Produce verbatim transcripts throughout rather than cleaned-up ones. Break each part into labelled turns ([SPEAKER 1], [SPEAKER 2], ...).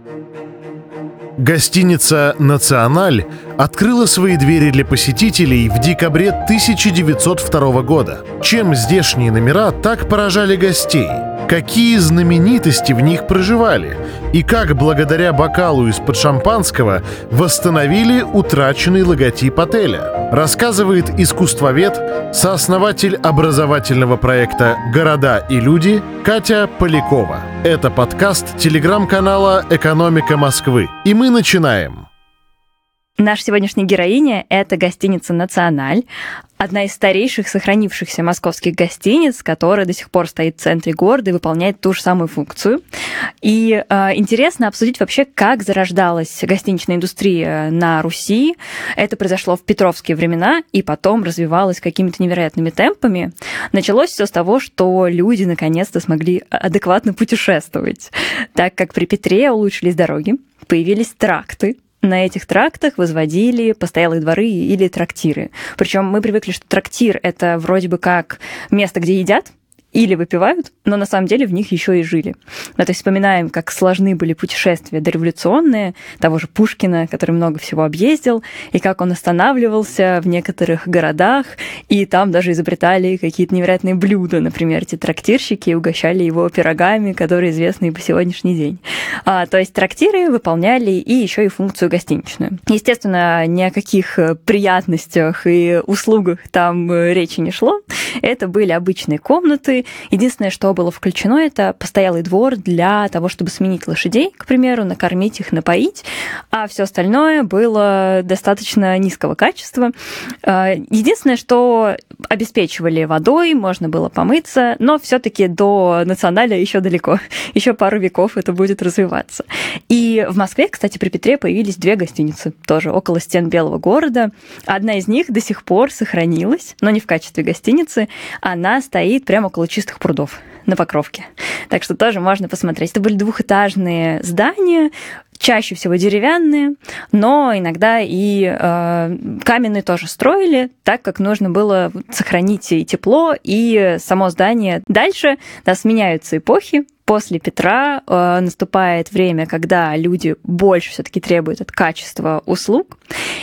[SPEAKER 1] Гостиница «Националь» открыла свои двери для посетителей в декабре тысяча девятьсот второго года. Чем здешние номера так поражали гостей? Какие знаменитости в них проживали? И как благодаря бокалу из-под шампанского восстановили утраченный логотип отеля? Рассказывает искусствовед, сооснователь образовательного проекта «Города и люди» Катя Полякова. Это подкаст телеграм-канала «Экономика Москвы». И мы начинаем.
[SPEAKER 2] Наша сегодняшняя героиня — это гостиница «Националь», одна из старейших сохранившихся московских гостиниц, которая до сих пор стоит в центре города и выполняет ту же самую функцию. И э, интересно обсудить вообще, как зарождалась гостиничная индустрия на Руси. Это произошло в петровские времена и потом развивалось какими-то невероятными темпами. Началось все с того, что люди наконец-то смогли адекватно путешествовать, так как при Петре улучшились дороги, появились тракты. На этих трактах возводили постоялые дворы или трактиры. Причем мы привыкли, что трактир — это вроде бы как место, где едят или выпивают, но на самом деле в них еще и жили. Ну, то есть вспоминаем, как сложны были путешествия дореволюционные, того же Пушкина, который много всего объездил, и как он останавливался в некоторых городах, и там даже изобретали какие-то невероятные блюда. Например, эти трактирщики угощали его пирогами, которые известны и по сегодняшний день. А, то есть трактиры выполняли и еще и функцию гостиничную. Естественно, ни о каких приятностях и услугах там речи не шло. Это были обычные комнаты. Единственное, что было включено, это постоялый двор для того, чтобы сменить лошадей, к примеру, накормить их, напоить, а все остальное было достаточно низкого качества. Единственное, что обеспечивали водой, можно было помыться, но все-таки до «Националя» еще далеко, еще пару веков это будет развиваться. И в Москве, кстати, при Петре появились две гостиницы, тоже около стен Белого города. Одна из них до сих пор сохранилась, но не в качестве гостиницы, она стоит прямо около Чистых прудов на Покровке. Так что тоже можно посмотреть. Это были двухэтажные здания, чаще всего деревянные, но иногда и э, каменные тоже строили, так как нужно было сохранить и тепло, и само здание. Дальше, да, сменяются эпохи. После Петра э, наступает время, когда люди больше все-таки требуют от качества услуг,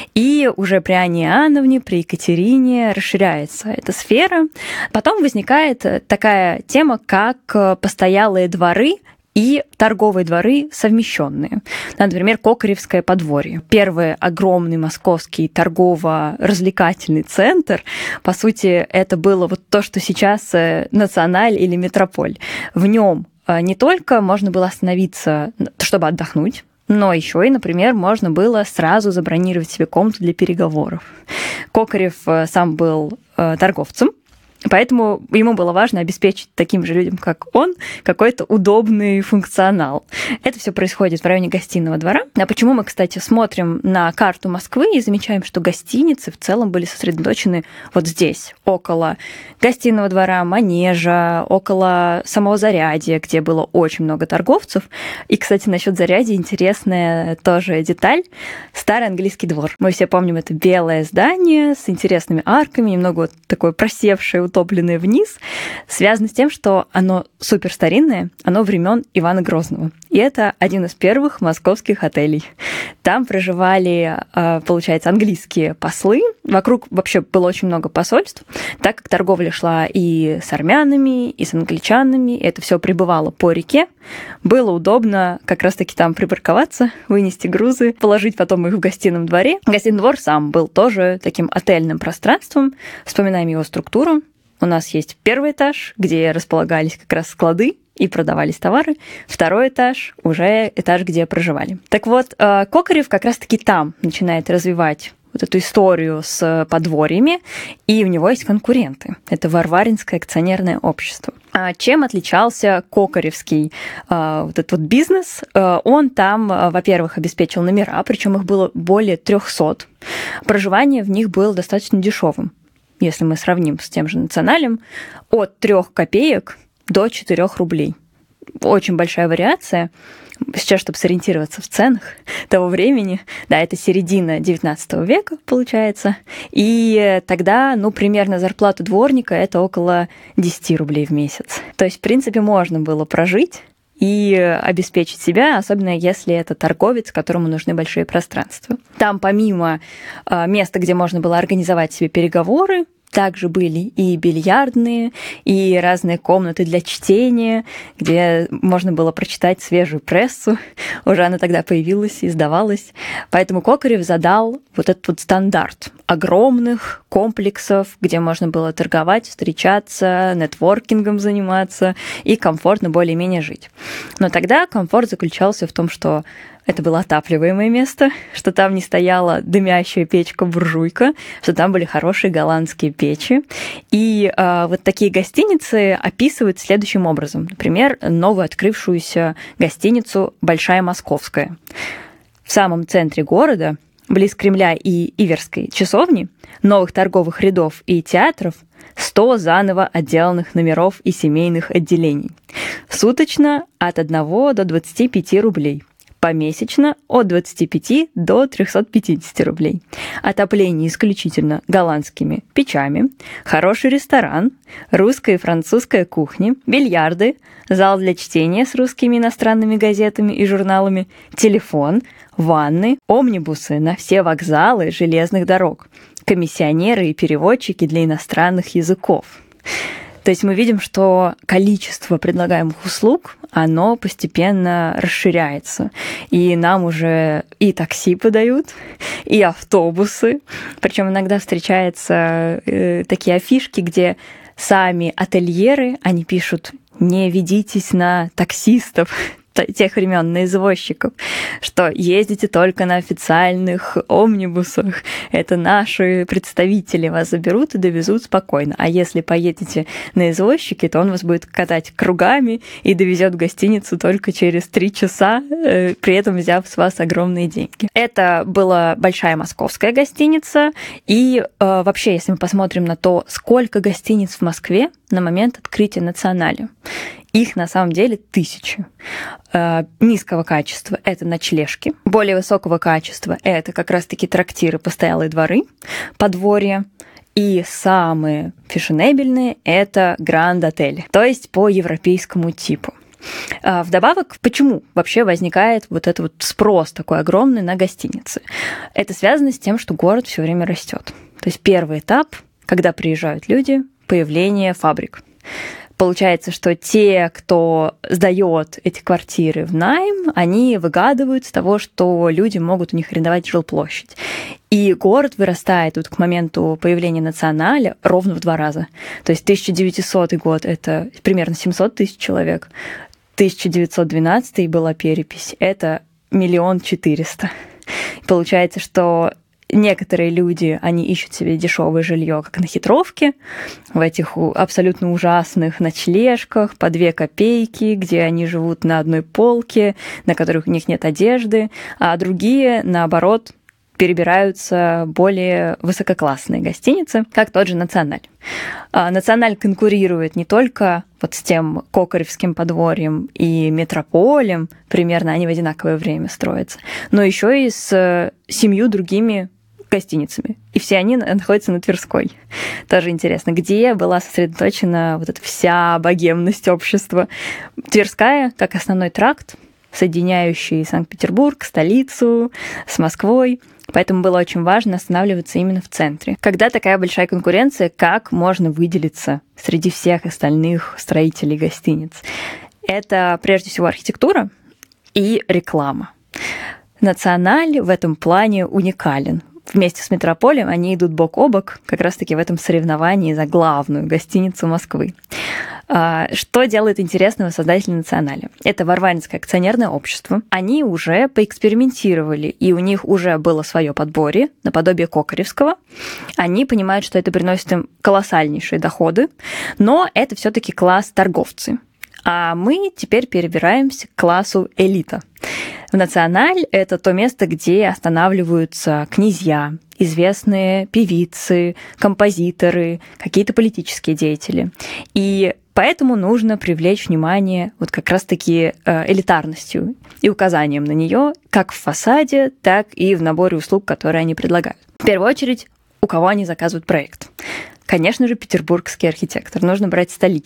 [SPEAKER 2] и уже при Анне Иоанновне, при Екатерине расширяется эта сфера. Потом возникает такая тема, как постоялые дворы и торговые дворы совмещенные. Например, Кокоревское подворье. Первый огромный московский торгово-развлекательный центр. По сути, это было вот то, что сейчас «Националь» или «Метрополь». В нем не только можно было остановиться, чтобы отдохнуть, но еще и, например, можно было сразу забронировать себе комнату для переговоров. Кокорев сам был торговцем, поэтому ему было важно обеспечить таким же людям, как он, какой-то удобный функционал. Это все происходит в районе Гостиного двора. А почему мы, кстати, смотрим на карту Москвы и замечаем, что гостиницы в целом были сосредоточены вот здесь, около Гостиного двора, Манежа, около самого Зарядья, где было очень много торговцев. И, кстати, насчет Зарядья интересная тоже деталь. Старый английский двор. Мы все помним это белое здание с интересными арками, немного вот такое просевшее, утопленное вниз, связано с тем, что оно супер старинное, оно времен Ивана Грозного. И это один из первых московских отелей. Там проживали, получается, английские послы. Вокруг вообще было очень много посольств, так как торговля шла и с армянами, и с англичанами. Это все прибывало по реке. Было удобно как раз-таки там припарковаться, вынести грузы, положить потом их в гостином дворе. Гостиный двор сам был тоже таким отельным пространством. Вспоминаем его структуру. У нас есть первый этаж, где располагались как раз склады и продавались товары. Второй этаж — уже этаж, где проживали. Так вот, Кокорев как раз-таки там начинает развивать вот эту историю с подворьями, и у него есть конкуренты. Это Варваринское акционерное общество. Чем отличался Кокоревский вот этот вот бизнес? Он там, во-первых, обеспечил номера, причем их было более трехсот. Проживание в них было достаточно дешевым. Если мы сравним с тем же «Националем», от трёх копеек до четырёх рублей. Очень большая вариация. Сейчас, чтобы сориентироваться в ценах того времени, да, это середина девятнадцатого века, получается, и тогда, ну, примерно зарплата дворника — это около десять рублей в месяц. То есть, в принципе, можно было прожить и обеспечить себя, особенно если это торговец, которому нужны большие пространства. Там помимо места, где можно было организовать себе переговоры, также были и бильярдные, и разные комнаты для чтения, где можно было прочитать свежую прессу. Уже она тогда появилась и издавалась. Поэтому Кокорев задал вот этот вот стандарт огромных комплексов, где можно было торговать, встречаться, нетворкингом заниматься и комфортно более-менее жить. Но тогда комфорт заключался в том, что это было отапливаемое место, что там не стояла дымящая печка-буржуйка, что там были хорошие голландские печи. И э, вот такие гостиницы описывают следующим образом. Например, новую открывшуюся гостиницу «Большая Московская». В самом центре города, близ Кремля и Иверской часовни, новых торговых рядов и театров, сто заново отделанных номеров и семейных отделений. Суточно от одного до двадцати пяти рублей. Помесячно от двадцати пяти до трёхсот пятидесяти рублей. Отопление исключительно голландскими печами, хороший ресторан, русская и французская кухни, бильярды, зал для чтения с русскими и иностранными газетами и журналами, телефон, ванны, омнибусы на все вокзалы железных дорог, комиссионеры и переводчики для иностранных языков. То есть мы видим, что количество предлагаемых услуг, оно постепенно расширяется. И нам уже и такси подают, и автобусы. Причем иногда встречаются э, такие афишки, где сами ательеры, они пишут: «Не ведитесь на таксистов», тех времен, на извозчиков, что ездите только на официальных омнибусах, это наши представители, вас заберут и довезут спокойно. А если поедете на извозчике, то он вас будет катать кругами и довезет в гостиницу только через три часа, при этом взяв с вас огромные деньги. Это была Большая Московская гостиница. И э, вообще, если мы посмотрим на то, сколько гостиниц в Москве на момент открытия Националя, их на самом деле тысячи. Э, низкого качества – это ночлежки. Более высокого качества – это как раз-таки трактиры, постоялые дворы, подворья. И самые фешенебельные – это гранд-отели, то есть по европейскому типу. Вдобавок, почему вообще возникает вот этот вот спрос такой огромный на гостиницы? Это связано с тем, что город все время растет. То есть первый этап, когда приезжают люди, появление фабрик. Получается, что те, кто сдает эти квартиры в найм, они выгадывают с того, что люди могут у них арендовать жилплощадь. И город вырастает вот к моменту появления Националя ровно в два раза. То есть тысяча девятисотый год – это примерно семьсот тысяч человек. тысяча девятьсот двенадцатый была перепись – это миллион четыреста. Получается, что некоторые люди, они ищут себе дешевое жилье, как на Хитровке, в этих абсолютно ужасных ночлежках по две копейки, где они живут на одной полке, на которых у них нет одежды, а другие, наоборот, перебираются более высококлассные гостиницы, как тот же «Националь». «Националь» конкурирует не только вот с тем Кокоревским подворьем и Метрополем, примерно они в одинаковое время строятся, но еще и с семью другими гостиницами. И все они находятся на Тверской. Тоже интересно, где была сосредоточена вот эта вся богемность общества. Тверская, как основной тракт, соединяющий Санкт-Петербург, столицу, с Москвой. Поэтому было очень важно останавливаться именно в центре. Когда такая большая конкуренция, как можно выделиться среди всех остальных строителей гостиниц? Это прежде всего архитектура и реклама. Националь в этом плане уникален. Вместе с Метрополем они идут бок о бок как раз-таки в этом соревновании за главную гостиницу Москвы. Что делает интересного создатели Националя? Это Варваринское акционерное общество. Они уже поэкспериментировали, и у них уже было свое подворье, наподобие Кокоревского. Они понимают, что это приносит им колоссальнейшие доходы, но это все-таки класс торговцы. А мы теперь перебираемся к классу элита. В Националь – это то место, где останавливаются князья, известные певицы, композиторы, какие-то политические деятели. И поэтому нужно привлечь внимание вот как раз-таки элитарностью и указанием на нее как в фасаде, так и в наборе услуг, которые они предлагают. В первую очередь, у кого они заказывают проект? Конечно же, петербургский архитектор. Нужно брать столичного.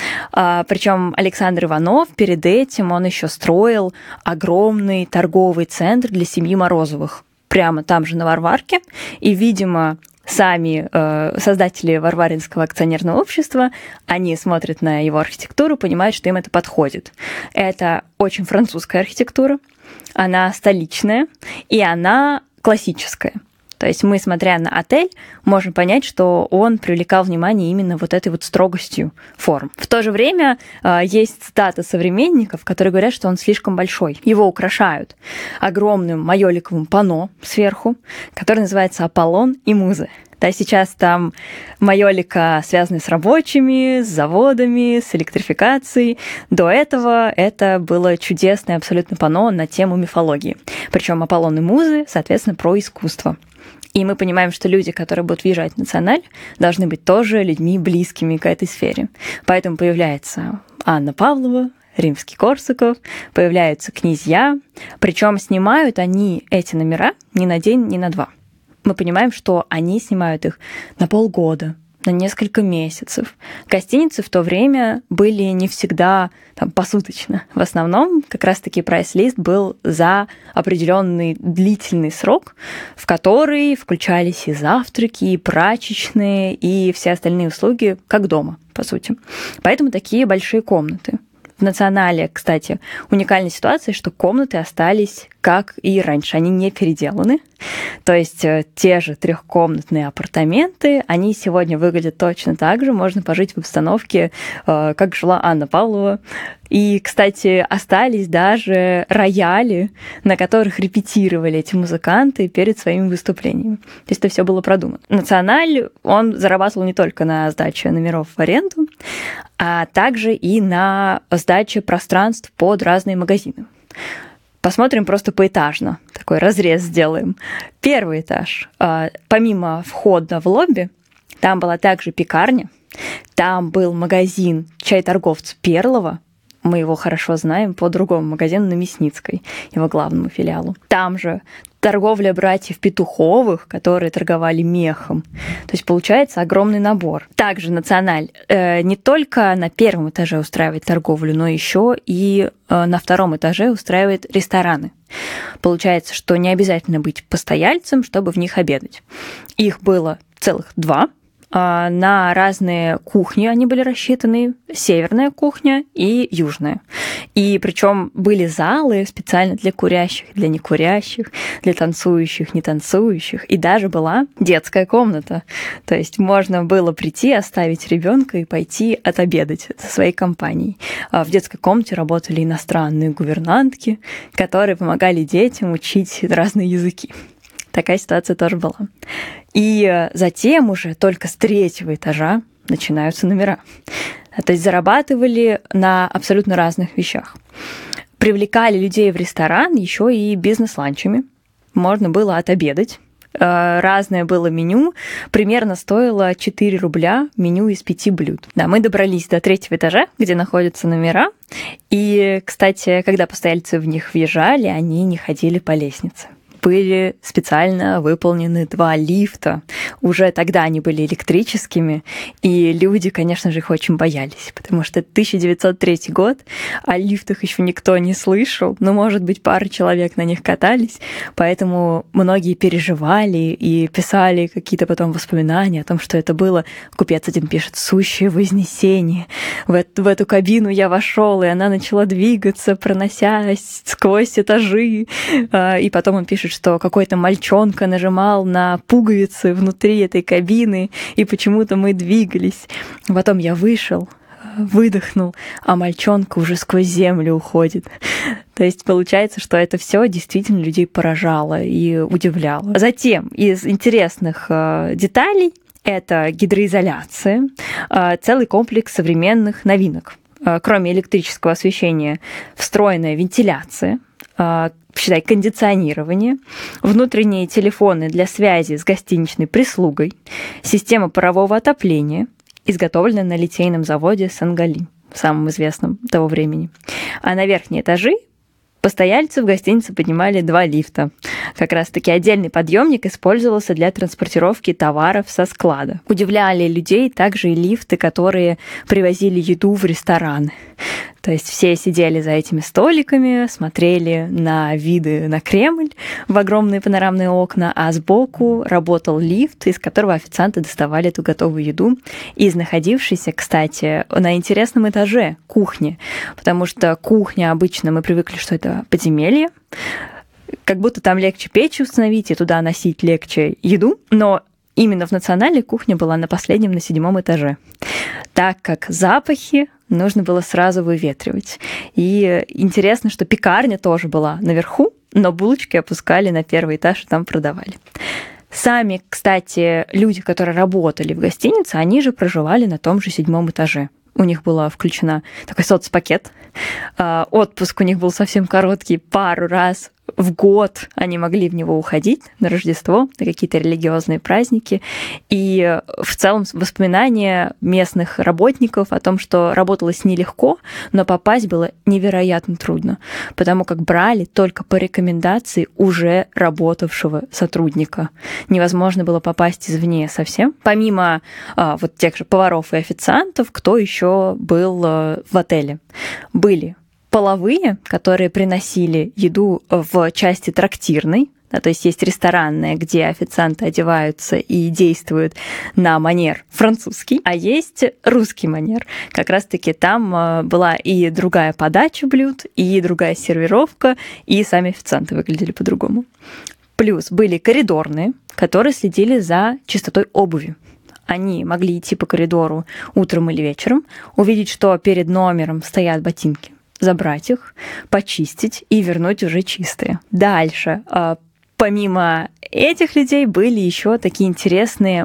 [SPEAKER 2] Причем Александр Иванов перед этим он еще строил огромный торговый центр для семьи Морозовых прямо там же на Варварке. И, видимо, сами э, создатели Варваринского акционерного общества, они смотрят на его архитектуру, понимают, что им это подходит. Это очень французская архитектура, она столичная, и она классическая. То есть мы, смотря на отель, можем понять, что он привлекал внимание именно вот этой вот строгостью форм. В то же время э, есть цитаты современников, которые говорят, что он слишком большой. Его украшают огромным майоликовым панно сверху, которое называется «Аполлон и музы». Да, сейчас там майолика связана с рабочими, с заводами, с электрификацией. До этого это было чудесное абсолютно панно на тему мифологии. Причем Аполлон и музы, соответственно, про искусство. И мы понимаем, что люди, которые будут въезжать в Националь, должны быть тоже людьми близкими к этой сфере. Поэтому появляется Анна Павлова, Римский-Корсаков, появляются князья. Причем снимают они эти номера не на день, не на два. Мы понимаем, что они снимают их на полгода, на несколько месяцев. Гостиницы в то время были не всегда там, посуточно. В основном как раз-таки прайс-лист был за определенный длительный срок, в который включались и завтраки, и прачечные, и все остальные услуги, как дома, по сути. Поэтому такие большие комнаты. В Национале, кстати, уникальная ситуация, что комнаты остались как и раньше, они не переделаны. То есть те же трехкомнатные апартаменты, они сегодня выглядят точно так же, можно пожить в обстановке, как жила Анна Павлова. И, кстати, остались даже рояли, на которых репетировали эти музыканты перед своими выступлениями. То есть это все было продумано. Националь, он зарабатывал не только на сдаче номеров в аренду, а также и на сдаче пространств под разные магазины. Посмотрим просто поэтажно, такой разрез сделаем. Первый этаж. Помимо входа в лобби, там была также пекарня, там был магазин чай-торговца Перлова, мы его хорошо знаем по другому магазину на Мясницкой, его главному филиалу. Там же торговля братьев Петуховых, которые торговали мехом. То есть получается огромный набор. Также Националь э, не только на первом этаже устраивает торговлю, но еще и э, на втором этаже устраивает рестораны. Получается, что не обязательно быть постояльцем, чтобы в них обедать. Их было целых два. На разные кухни они были рассчитаны, северная кухня и южная. И причем были залы специально для курящих, для некурящих, для танцующих, не танцующих. И даже была детская комната. То есть можно было прийти, оставить ребенка и пойти отобедать со своей компанией. В детской комнате работали иностранные гувернантки, которые помогали детям учить разные языки. Такая ситуация тоже была. И затем уже только с третьего этажа начинаются номера. То есть зарабатывали на абсолютно разных вещах. Привлекали людей в ресторан еще и бизнес-ланчами. Можно было отобедать. Разное было меню. Примерно стоило четыре рубля меню из пяти блюд. Да, мы добрались до третьего этажа, где находятся номера. И, кстати, когда постояльцы в них въезжали, они не ходили по лестнице. Были специально выполнены два лифта. Уже тогда они были электрическими, и люди, конечно же, их очень боялись, потому что тысяча девятьсот третий год, о лифтах еще никто не слышал, но, может быть, пара человек на них катались, поэтому многие переживали и писали какие-то потом воспоминания о том, что это было. Купец один пишет: «Сущее вознесение. В эту, в эту кабину я вошел, и она начала двигаться, проносясь сквозь этажи». И потом он пишет, что какой-то мальчонка нажимал на пуговицы внутри этой кабины, и почему-то мы двигались. Потом я вышел, выдохнул, а мальчонка уже сквозь землю уходит. То есть получается, что это все действительно людей поражало и удивляло. Затем из интересных деталей это гидроизоляция, целый комплекс современных новинок. Кроме электрического освещения, встроенная вентиляция, считай, кондиционирование, внутренние телефоны для связи с гостиничной прислугой, система парового отопления, изготовленная на литейном заводе Сангали, самом известном того времени. А на верхние этажи Постояльцы в гостинице поднимали два лифта. Как раз-таки отдельный подъемник использовался для транспортировки товаров со склада. Удивляли людей также и лифты, которые привозили еду в рестораны. То есть все сидели за этими столиками, смотрели на виды на Кремль в огромные панорамные окна, а сбоку работал лифт, из которого официанты доставали эту готовую еду, из находившейся, кстати, на интересном этаже кухни, потому что кухня обычно, мы привыкли, что это подземелье, как будто там легче печь установить и туда носить легче еду, но именно в Национале кухня была на последнем, на седьмом этаже, так как запахи нужно было сразу выветривать. И интересно, что пекарня тоже была наверху, но булочки опускали на первый этаж и там продавали. Сами, кстати, люди, которые работали в гостинице, они же проживали на том же седьмом этаже. У них была включена такой соцпакет. Отпуск у них был совсем короткий, пару раз в год они могли в него уходить на Рождество, на какие-то религиозные праздники. И в целом воспоминания местных работников о том, что работалось нелегко, но попасть было невероятно трудно, потому как брали только по рекомендации уже работавшего сотрудника. Невозможно было попасть извне совсем. Помимо а, вот тех же поваров и официантов, кто еще был а, в отеле? Были половые, которые приносили еду в части трактирной, да, то есть есть ресторанная, где официанты одеваются и действуют на манер французский, а есть русский манер. Как раз-таки там была и другая подача блюд, и другая сервировка, и сами официанты выглядели по-другому. Плюс были коридорные, которые следили за чистотой обуви. Они могли идти по коридору утром или вечером, увидеть, что перед номером стоят ботинки, забрать их, почистить и вернуть уже чистые. Дальше, помимо этих людей, были еще такие интересные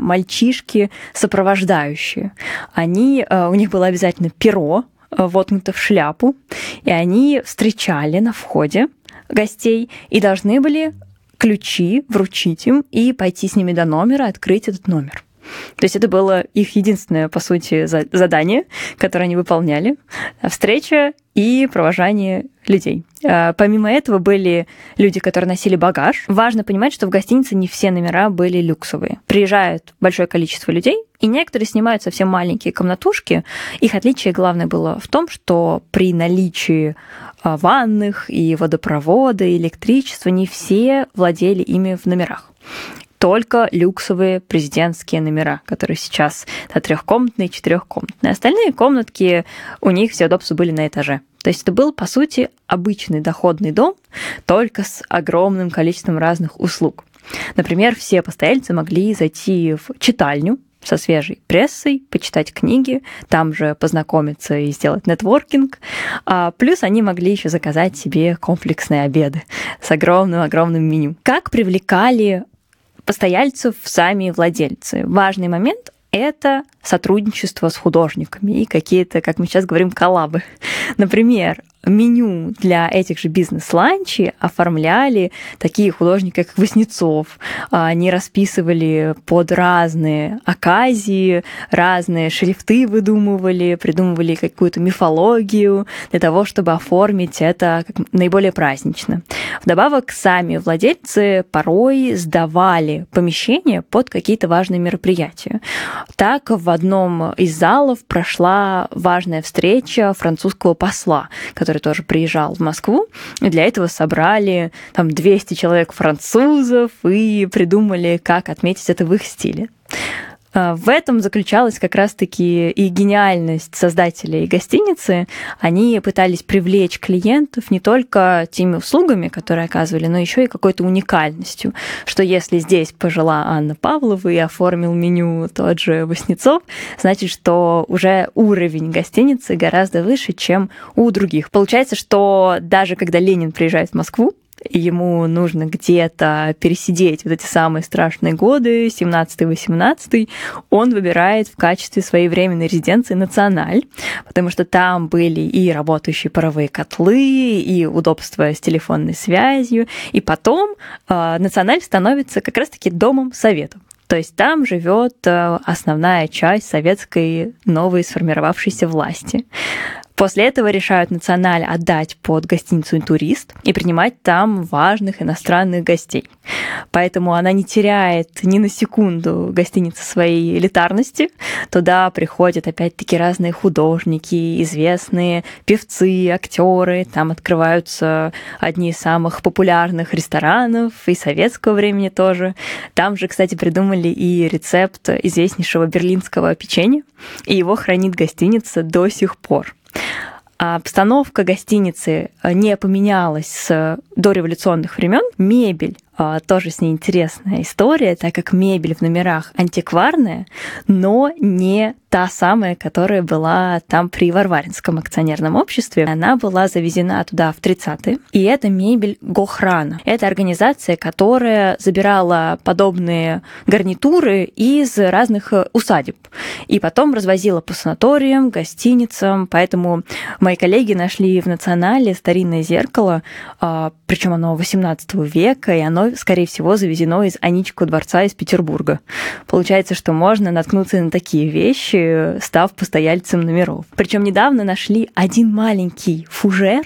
[SPEAKER 2] мальчишки-сопровождающие. Они, у них было обязательно перо, воткнуто в шляпу, и они встречали на входе гостей и должны были ключи вручить им и пойти с ними до номера, открыть этот номер. То есть это было их единственное, по сути, задание, которое они выполняли. Встреча и провожание людей. Помимо этого были люди, которые носили багаж. Важно понимать, что в гостинице не все номера были люксовые. Приезжает большое количество людей, и некоторые снимают совсем маленькие комнатушки. Их отличие главное было в том, что при наличии ванных и водопровода, и электричества не все владели ими в номерах. Только люксовые президентские номера, которые сейчас да, трехкомнатные, четырехкомнатные. Остальные комнатки, у них все удобства были на этаже. То есть это был, по сути, обычный доходный дом, только с огромным количеством разных услуг. Например, все постояльцы могли зайти в читальню со свежей прессой, почитать книги, там же познакомиться и сделать нетворкинг. А плюс они могли еще заказать себе комплексные обеды с огромным-огромным меню. Как привлекали постояльцев сами владельцы? Важный момент — это сотрудничество с художниками и какие-то, как мы сейчас говорим, коллабы. Например, меню для этих же бизнес-ланчей оформляли такие художники, как Васнецов. Они расписывали под разные оказии, разные шрифты выдумывали, придумывали какую-то мифологию для того, чтобы оформить это как наиболее празднично. Вдобавок, сами владельцы порой сдавали помещения под какие-то важные мероприятия. Так, в одном из залов прошла важная встреча французского посла, который тоже приезжал в Москву, и для этого собрали там двести человек французов и придумали, как отметить это в их стиле. В этом заключалась как раз-таки и гениальность создателей гостиницы. Они пытались привлечь клиентов не только теми услугами, которые оказывали, но еще и какой-то уникальностью, что если здесь пожила Анна Павлова и оформил меню тот же Васнецов, значит, что уже уровень гостиницы гораздо выше, чем у других. Получается, что даже когда Ленин приезжает в Москву, ему нужно где-то пересидеть вот эти самые страшные годы, семнадцатый-восемнадцатый, он выбирает в качестве своей временной резиденции Националь, потому что там были и работающие паровые котлы, и удобства с телефонной связью, и потом э, Националь становится как раз-таки домом советов. То есть там живет основная часть советской новой сформировавшейся власти. После этого решают «Националь» отдать под гостиницу «Интурист» и принимать там важных иностранных гостей. Поэтому она не теряет ни на секунду гостиницы своей элитарности. Туда приходят опять-таки разные художники, известные певцы, актеры. Там открываются одни из самых популярных ресторанов и советского времени тоже. Там же, кстати, придумали и рецепт известнейшего берлинского печенья, и его хранит гостиница до сих пор. Обстановка гостиницы не поменялась с дореволюционных времен. Мебель тоже с ней интересная история, так как мебель в номерах антикварная, но не та самая, которая была там при Варваринском акционерном обществе. Она была завезена туда в тридцатые. И это мебель Гохрана. Это организация, которая забирала подобные гарнитуры из разных усадеб. И потом развозила по санаториям, гостиницам. Поэтому мои коллеги нашли в «Национале» старинное зеркало, причем оно восемнадцатого века, и оно, скорее всего, завезено из Аничкова дворца из Петербурга. Получается, что можно наткнуться на такие вещи, став постояльцем номеров. Причем недавно нашли один маленький фужер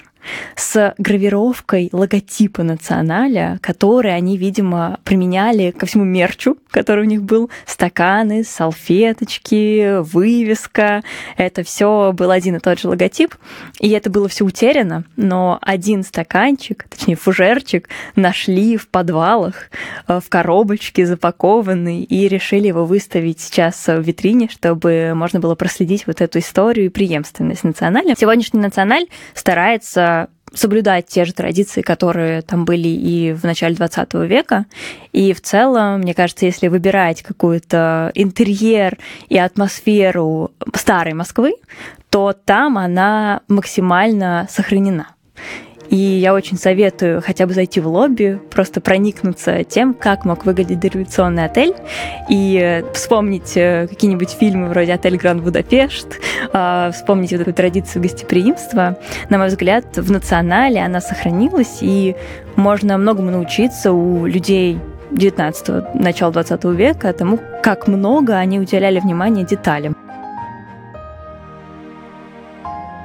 [SPEAKER 2] с гравировкой логотипа «Националя», который они, видимо, применяли ко всему мерчу, который у них был. Стаканы, салфеточки, вывеска. Это все был один и тот же логотип. И это было все утеряно, но один стаканчик, точнее фужерчик, нашли в подвалах, в коробочке запакованный, и решили его выставить сейчас в витрине, чтобы можно было проследить вот эту историю и преемственность «Националя». Сегодняшний «Националь» старается соблюдать те же традиции, которые там были и в начале двадцатого века. И в целом, мне кажется, если выбирать какой-то интерьер и атмосферу старой Москвы, то там она максимально сохранена. И я очень советую хотя бы зайти в лобби, просто проникнуться тем, как мог выглядеть дореволюционный отель, и вспомнить какие-нибудь фильмы вроде «Отель Гранд Будапешт», вспомнить вот эту традицию гостеприимства. На мой взгляд, в «Национале» она сохранилась, и можно многому научиться у людей девятнадцатого, начала двадцатого века, тому, как много они уделяли внимания деталям.